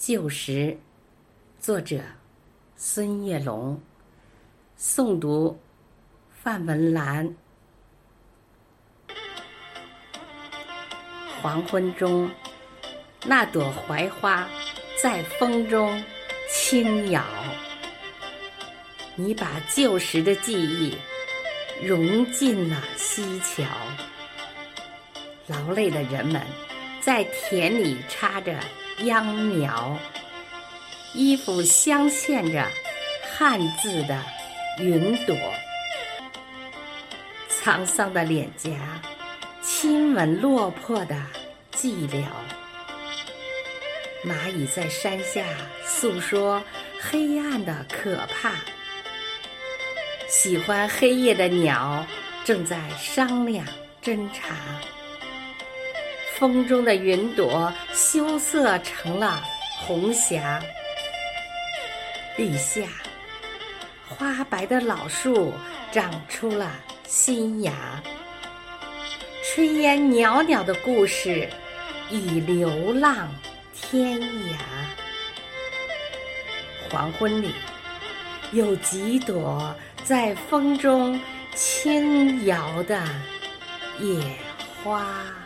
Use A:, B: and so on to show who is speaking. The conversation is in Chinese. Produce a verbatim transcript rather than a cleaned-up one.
A: 旧时，作者孙月龙，诵读范文兰。黄昏中，那朵槐花在风中轻摇，你把旧时的记忆融进了溪桥。劳累的人们在田里插着秧苗，衣服镶嵌着汉字的云朵，沧桑的脸颊亲吻落魄的寂寥。蚂蚁在山下诉说黑暗的可怕，喜欢黑夜的鸟正在商量侦查。风中的云朵羞涩成了红霞，地下花白的老树长出了新芽，炊烟袅袅的故事已流浪天涯。黄昏里，有几朵在风中轻摇的野花。